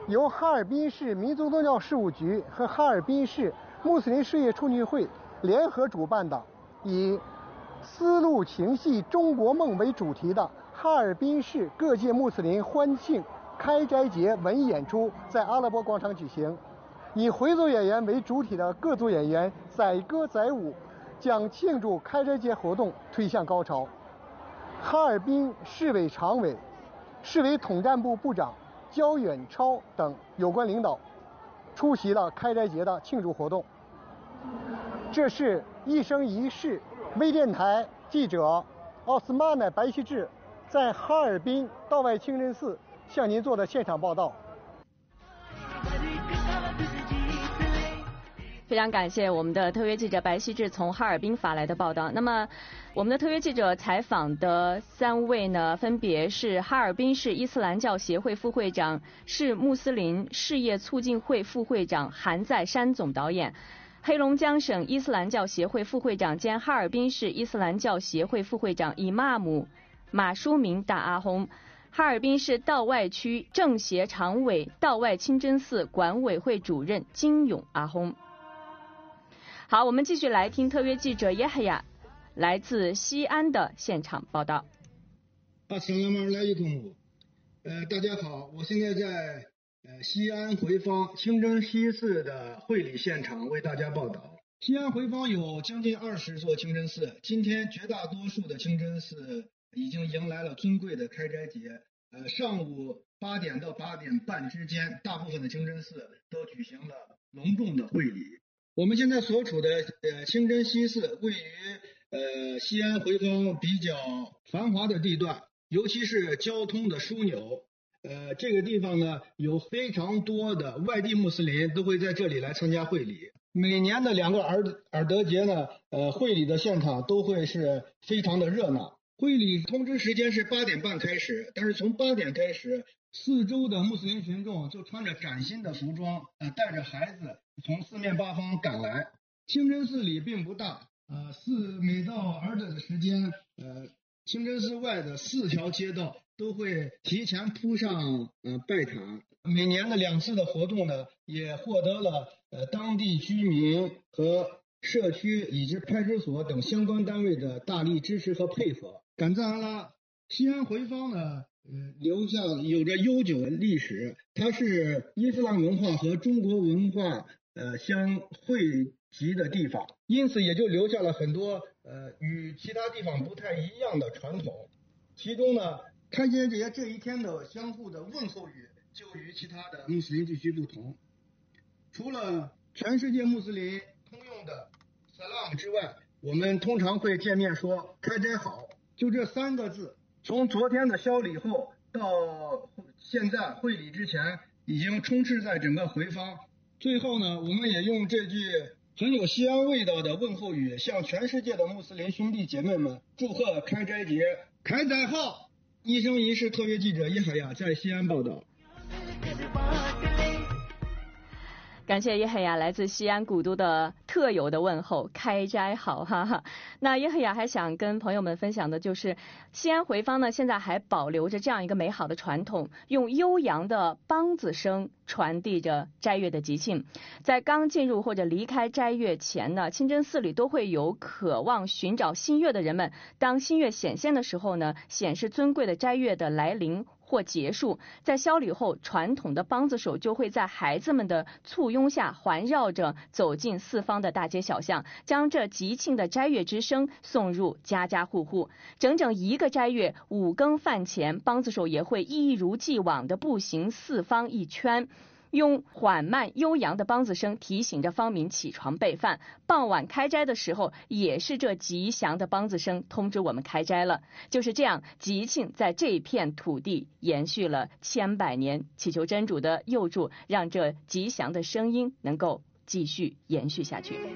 由哈尔滨市民族宗教事务局和哈尔滨市穆斯林事业促进会联合主办的以丝路情系中国梦为主题的哈尔滨市各界穆斯林欢庆开斋节文艺演出在阿拉伯广场举行，以回族演员为主体的各族演员载歌载舞，将庆祝开斋节活动推向高潮。哈尔滨市委常委、市委统战部部长焦远超等有关领导出席了开斋节的庆祝活动。这是一生一世微电台记者奥斯曼乃白希志在哈尔滨道外清真寺向您做的现场报道。 非常感谢我们的特约记者白希志从哈尔滨发来的报道。那么，我们的特约记者采访的三位呢，分别是哈尔滨市伊斯兰教协会副会长、市穆斯林事业促进会副会长韩在山总导演，黑龙江省伊斯兰教协会副会长兼哈尔滨市伊斯兰教协会副会长伊玛目马书明大阿訇，哈尔滨市道外区政协常委、道外清真寺管委会主任金勇阿訇。好，我们继续来听特约记者耶哈亚来自西安的现场报道。 阿斯拉马来伊库姆，呃，大家好，我现在在呃西安回坊清真西寺的会礼现场为大家报道。西安回坊有将近二十座清真寺，今天绝大多数的清真寺已经迎来了尊贵的开斋节。呃，上午八点到八点半之间，大部分的清真寺都举行了隆重的会礼。我们现在所处的呃清真西寺位于呃西安回坊比较繁华的地段，尤其是交通的枢纽。呃，这个地方呢有非常多的外地穆斯林都会在这里来参加会礼。每年的两个尔尔德节呢，呃，会礼的现场都会是非常的热闹。会礼通知时间是八点半开始，但是从八点开始，四周的穆斯林群众就穿着崭新的服装，呃，带着孩子从四面八方赶来。清真寺里并不大，呃，四每到尔德的时间，呃，清真寺外的四条街道都会提前铺上呃拜塔。每年的两次的活动呢，也获得了呃当地居民和社区以及派出所等相关单位的大力支持和配合。感赞了，西安回坊呢，呃，留下有着悠久的历史，它是伊斯兰文化和中国文化呃相汇集的地方，因此也就留下了很多呃与其他地方不太一样的传统。其中呢，开斋节这一天的相互的问候语就与其他的穆斯林地区不同。除了全世界穆斯林通用的 salam 之外，我们通常会见面说开斋好，就这三个字，从昨天的宵礼后到现在会礼之前，已经充斥在整个回坊。最后呢，我们也用这句很有西安味道的问候语，向全世界的穆斯林兄弟姐妹们祝贺开斋节，开斋好！一生一世特约记者叶海亚在西安报道。 感谢耶海亚来自西安古都的特有的问候，开斋好，哈哈。那耶海亚还想跟朋友们分享的就是，西安回坊呢现在还保留着这样一个美好的传统，用悠扬的梆子声传递着斋月的吉庆。在刚进入或者离开斋月前呢，清真寺里都会有渴望寻找新月的人们，当新月显现的时候呢，显示尊贵的斋月的来临或结束。在宵礼后，传统的梆子手就会在孩子们的簇拥下环绕着走进四方的大街小巷，将这吉庆的斋月之声送入家家户户。整整一个斋月，五更饭前，梆子手也会一如既往的步行四方一圈，用缓慢悠扬的梆子声提醒着方民起床备饭。傍晚开斋的时候，也是这吉祥的梆子声通知我们开斋了。就是这样，吉庆在这片土地延续了千百年，祈求真主的佑助，让这吉祥的声音能够继续延续下去。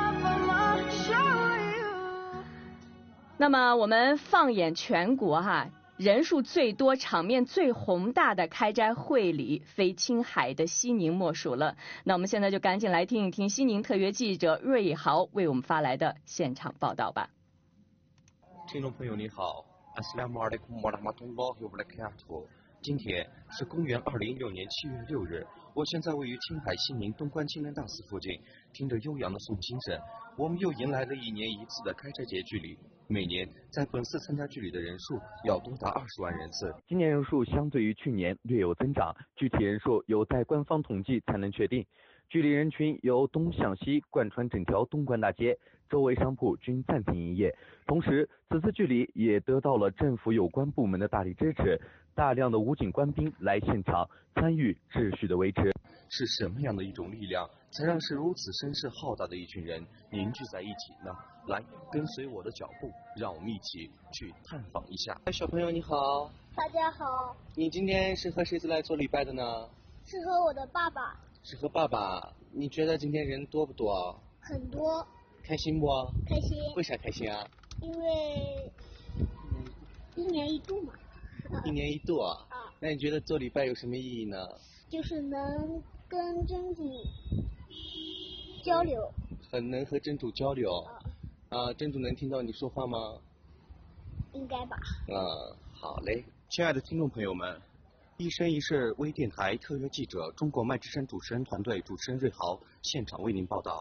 那么我们放眼全国哈，人数最多、场面最宏大的开斋会礼，非青海的西宁莫属了。那我们现在就赶紧来听一听西宁特约记者瑞豪为我们发来的现场报道吧。 听众朋友你好，阿斯拉姆阿莱库姆瓦拉马图拉希瓦巴拉卡图， 今天是公元二零一六年七月六日，我现在位于青海西宁东关清真大寺附近，听着悠扬的诵经声，我们又迎来了一年一次的开斋节聚礼。每年在本寺参加聚礼的人数要多达二十万人次，今年人数相对于去年略有增长，具体人数有待官方统计才能确定。聚礼人群由东向西贯穿整条东关大街，周围商铺均暂停营业。同时，此次聚礼也得到了政府有关部门的大力支持，大量的武警官兵来现场参与秩序的维持。是什么样的一种力量，才让是如此声势浩大的一群人凝聚在一起呢？来，跟随我的脚步，让我们一起去探访一下。 小朋友你好。 大家好。 你今天是和谁来做礼拜的呢？ 是和我的爸爸。 是和爸爸。你觉得今天人多不多？ 很多。 开心不？ 开心。 为啥开心啊？ 因为一年一度嘛。 一年一度啊。 啊。 那你觉得做礼拜有什么意义呢？ 就是能跟真主交流。 很能和真主交流。啊，真主能听到你说话吗？ 应该吧。 啊，好嘞。 亲爱的听众朋友们，一生一世微电台特约记者中国麦之声主持人团队主持人瑞豪现场为您报道。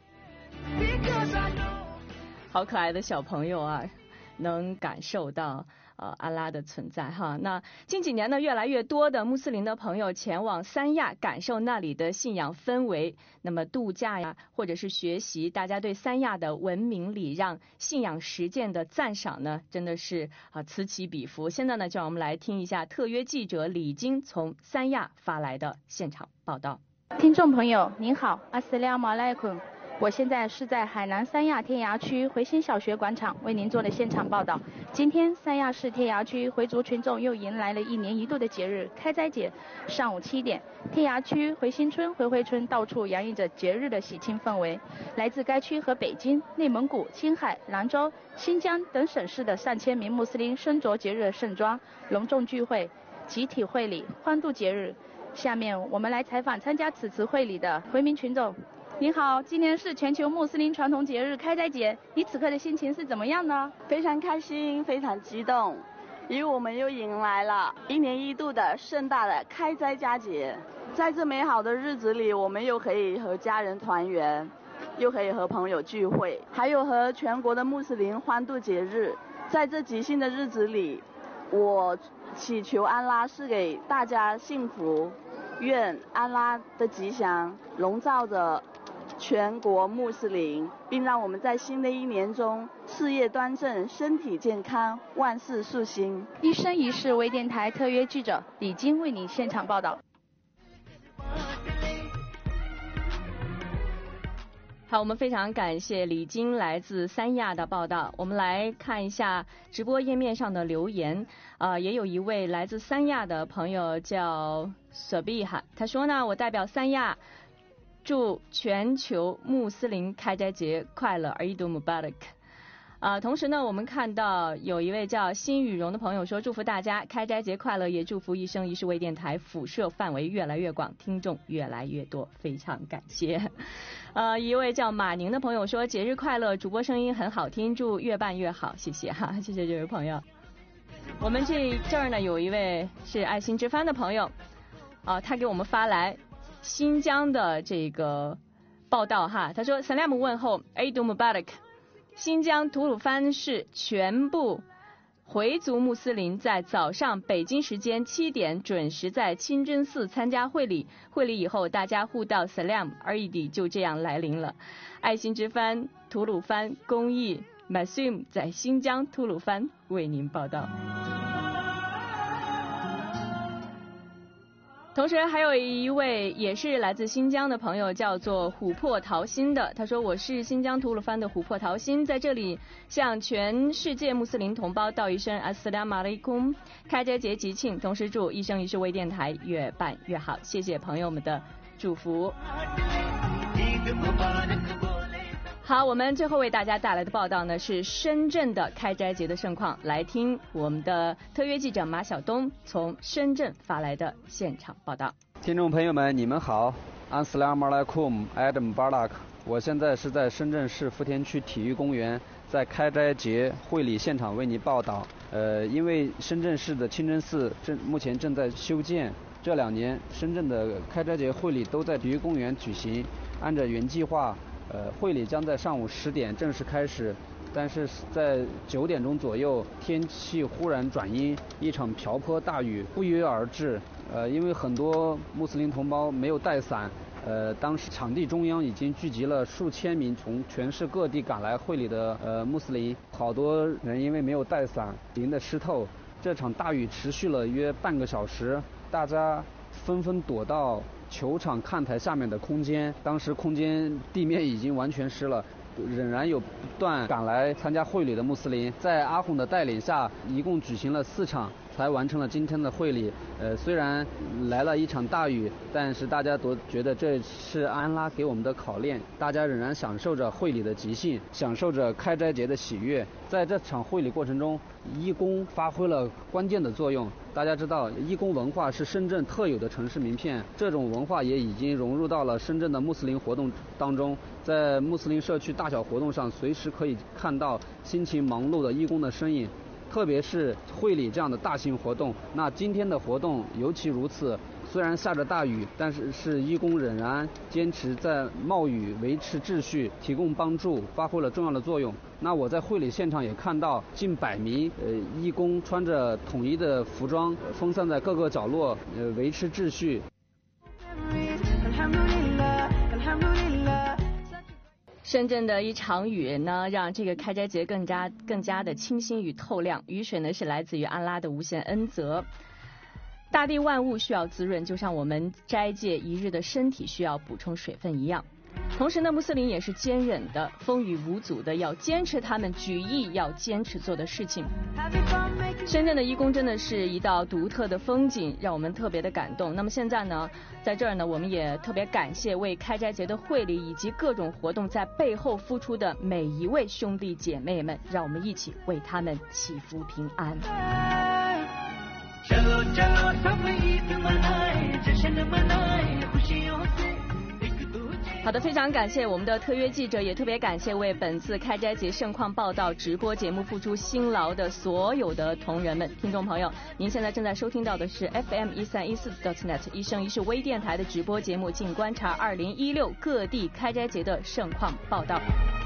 好可爱的小朋友啊，能感受到呃安拉的存在哈。那近几年呢，越来越多的穆斯林的朋友前往三亚，感受那里的信仰氛围。那么度假呀，或者是学习，大家对三亚的文明礼让、信仰实践的赞赏呢，真的是啊、呃、此起彼伏。现在呢，就让我们来听一下特约记者李晶从三亚发来的现场报道。 听众朋友您好，阿斯拉姆阿莱昆。我现在是在海南三亚天涯区回新小学广场为您做的现场报道。今天三亚市天涯区回族群众又迎来了一年一度的节日开斋节。上午七点，天涯区回新村、回回村到处洋溢着节日的喜庆氛围。来自该区和北京、内蒙古、青海、兰州、新疆等省市的上千名穆斯林身着节日盛装，隆重聚会，集体会礼，欢度节日。下面我们来采访参加此次会礼的回民群众。您好，今天是全球穆斯林传统节日开斋节，你此刻的心情是怎么样呢？ 非常开心，非常激动，因为我们又迎来了一年一度的盛大的开斋佳节。在这美好的日子里，我们又可以和家人团圆，又可以和朋友聚会，还有和全国的穆斯林欢度节日。在这吉庆的日子里，我祈求安拉赐给大家幸福，愿安拉的吉祥笼罩着全国穆斯林，并让我们在新的一年中事业端正，身体健康，万事顺心。 一生一世微电台特约记者李晶为您现场报道。 好，我们非常感谢李晶来自三亚的报道。我们来看一下直播页面上的留言，呃，也有一位来自三亚的朋友叫索比哈，他说呢，我代表三亚祝全球穆斯林开斋节快乐 ，Eid Mubarak。啊、呃，同时呢，我们看到有一位叫辛雨荣的朋友说，祝福大家开斋节快乐，也祝福一生一世微电台辐射范围越来越广，听众越来越多，非常感谢。呃，一位叫马宁的朋友说，节日快乐，主播声音很好听，祝越办越好，谢谢哈，谢谢这位朋友。我们这这儿呢，有一位是爱心之帆的朋友，啊、呃，他给我们发来新疆的这个报道哈，他说 Salam 问候 Eid Mubarak， 新疆吐鲁番市全部回族穆斯林在早上北京时间七点准时在清真寺参加会礼，会礼以后大家互道 Salam， Eid 就这样来临了。爱心之帆吐鲁番公益 Masum 在新疆吐鲁番为您报道。同时还有一位也是来自新疆的朋友，叫做琥珀桃心的，他说，我是新疆吐鲁番的琥珀桃心，在这里向全世界穆斯林同胞道一声阿斯拉马雷kum开斋节吉庆，同时祝一生一世微电台越办越好，谢谢朋友们的祝福。好，我们最后为大家带来的报道呢是深圳的开斋节的盛况，来听我们的特约记者马晓东从深圳发来的现场报道。 听众朋友们，你们好，安斯拉马莱库姆艾德姆巴拉克，我现在是在深圳市福田区体育公园，在开斋节会礼现场为你报道。 呃，因为深圳市的清真寺正目前正在修建，这两年深圳的开斋节会礼都在体育公园举行。按照原计划，呃，会礼将在上午十点正式开始，但是在九点钟左右，天气忽然转阴，一场瓢泼大雨不约而至。呃，因为很多穆斯林同胞没有带伞，呃，当时场地中央已经聚集了数千名从全市各地赶来会礼的呃穆斯林，好多人因为没有带伞，淋得湿透。这场大雨持续了约半个小时，大家纷纷躲到球场看台下面的空间，当时空间地面已经完全湿了，仍然有不断赶来参加会礼的穆斯林。在阿訇的带领下，一共举行了四场，才完成了今天的会礼。呃，虽然来了一场大雨，但是大家都觉得这是安拉给我们的考验，大家仍然享受着会礼的即兴，享受着开斋节的喜悦。在这场会礼过程中，义工发挥了关键的作用。大家知道，义工文化是深圳特有的城市名片，这种文化也已经融入到了深圳的穆斯林活动当中。在穆斯林社区大小活动上，随时可以看到辛勤忙碌的义工的身影。特别是会礼这样的大型活动，那今天的活动尤其如此。虽然下着大雨，但是是义工仍然坚持在冒雨维持秩序，提供帮助，发挥了重要的作用。那我在会礼现场也看到近百名呃义工穿着统一的服装，分散在各个角落，呃维持秩序。 深圳的一场雨呢，让这个开斋节更加更加的清新与透亮。雨水呢是来自于安拉的无限恩泽。大地万物需要滋润，就像我们斋戒一日的身体需要补充水分一样。同时呢，穆斯林也是坚韧的，风雨无阻的，要坚持他们举意要坚持做的事情。深圳的义工真的是一道独特的风景，让我们特别的感动。那么现在呢，在这儿呢，我们也特别感谢为开斋节的会礼以及各种活动在背后付出的每一位兄弟姐妹们，让我们一起为他们祈福平安。好的，非常感谢我们的特约记者，也特别感谢为本次开斋节盛况报道直播节目付出辛劳的所有的同仁们。听众朋友，您现在正在收听到的是 F M 一三一四 .net 一生一世微电台的直播节目，静观察二零一六各地开斋节的盛况报道。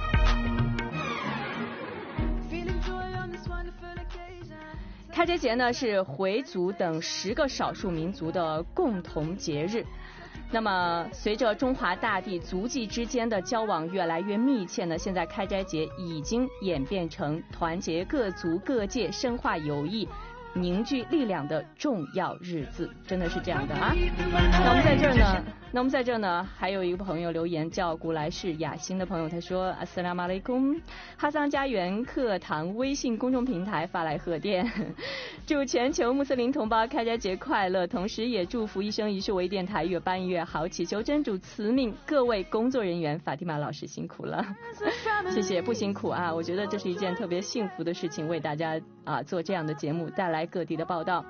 开斋节呢是回族等十个少数民族的共同节日。那么随着中华大地族际之间的交往越来越密切呢，现在开斋节已经演变成团结各族各界、深化友谊、凝聚力量的重要日子，真的是这样的啊。那我们在这儿呢，那我们在这儿呢，还有一个朋友留言叫古来是雅欣的朋友，他说阿斯拉马雷公，哈桑家园课堂微信公众平台发来贺电，祝全球穆斯林同胞开斋节快乐，同时也祝福一生一世微电台越办越好，祈求真主慈悯各位工作人员，法蒂玛老师辛苦了，谢谢，不辛苦啊，我觉得这是一件特别幸福的事情，为大家啊做这样的节目，带来各地的报道。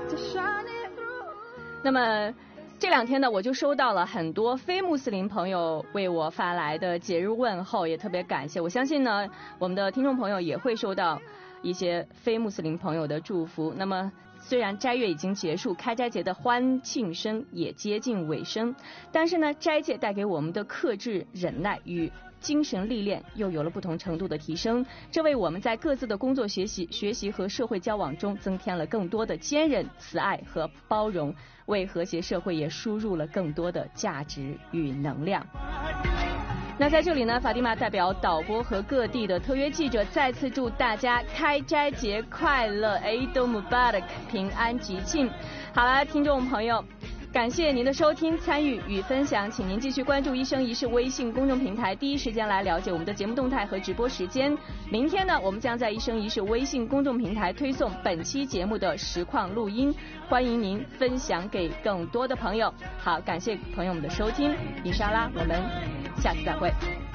那么这两天呢，我就收到了很多非穆斯林朋友为我发来的节日问候，也特别感谢。我相信呢，我们的听众朋友也会收到一些非穆斯林朋友的祝福。那么虽然斋月已经结束，开斋节的欢庆声也接近尾声，但是呢，斋戒带给我们的克制、忍耐与精神历练又有了不同程度的提升，这为我们在各自的工作、学习、学习和社会交往中增添了更多的坚韧、慈爱和包容，为和谐社会也输入了更多的价值与能量。那在这里呢，法蒂玛代表导播和各地的特约记者再次祝大家开斋节快乐 ，Eid Mubarak， 平安吉庆。好了，听众朋友，感谢您的收听、参与与分享，请您继续关注一生一世微信公众平台，第一时间来了解我们的节目动态和直播时间。明天呢，我们将在一生一世微信公众平台推送本期节目的实况录音，欢迎您分享给更多的朋友。好，感谢朋友们的收听，伊莎拉，我们下次再会。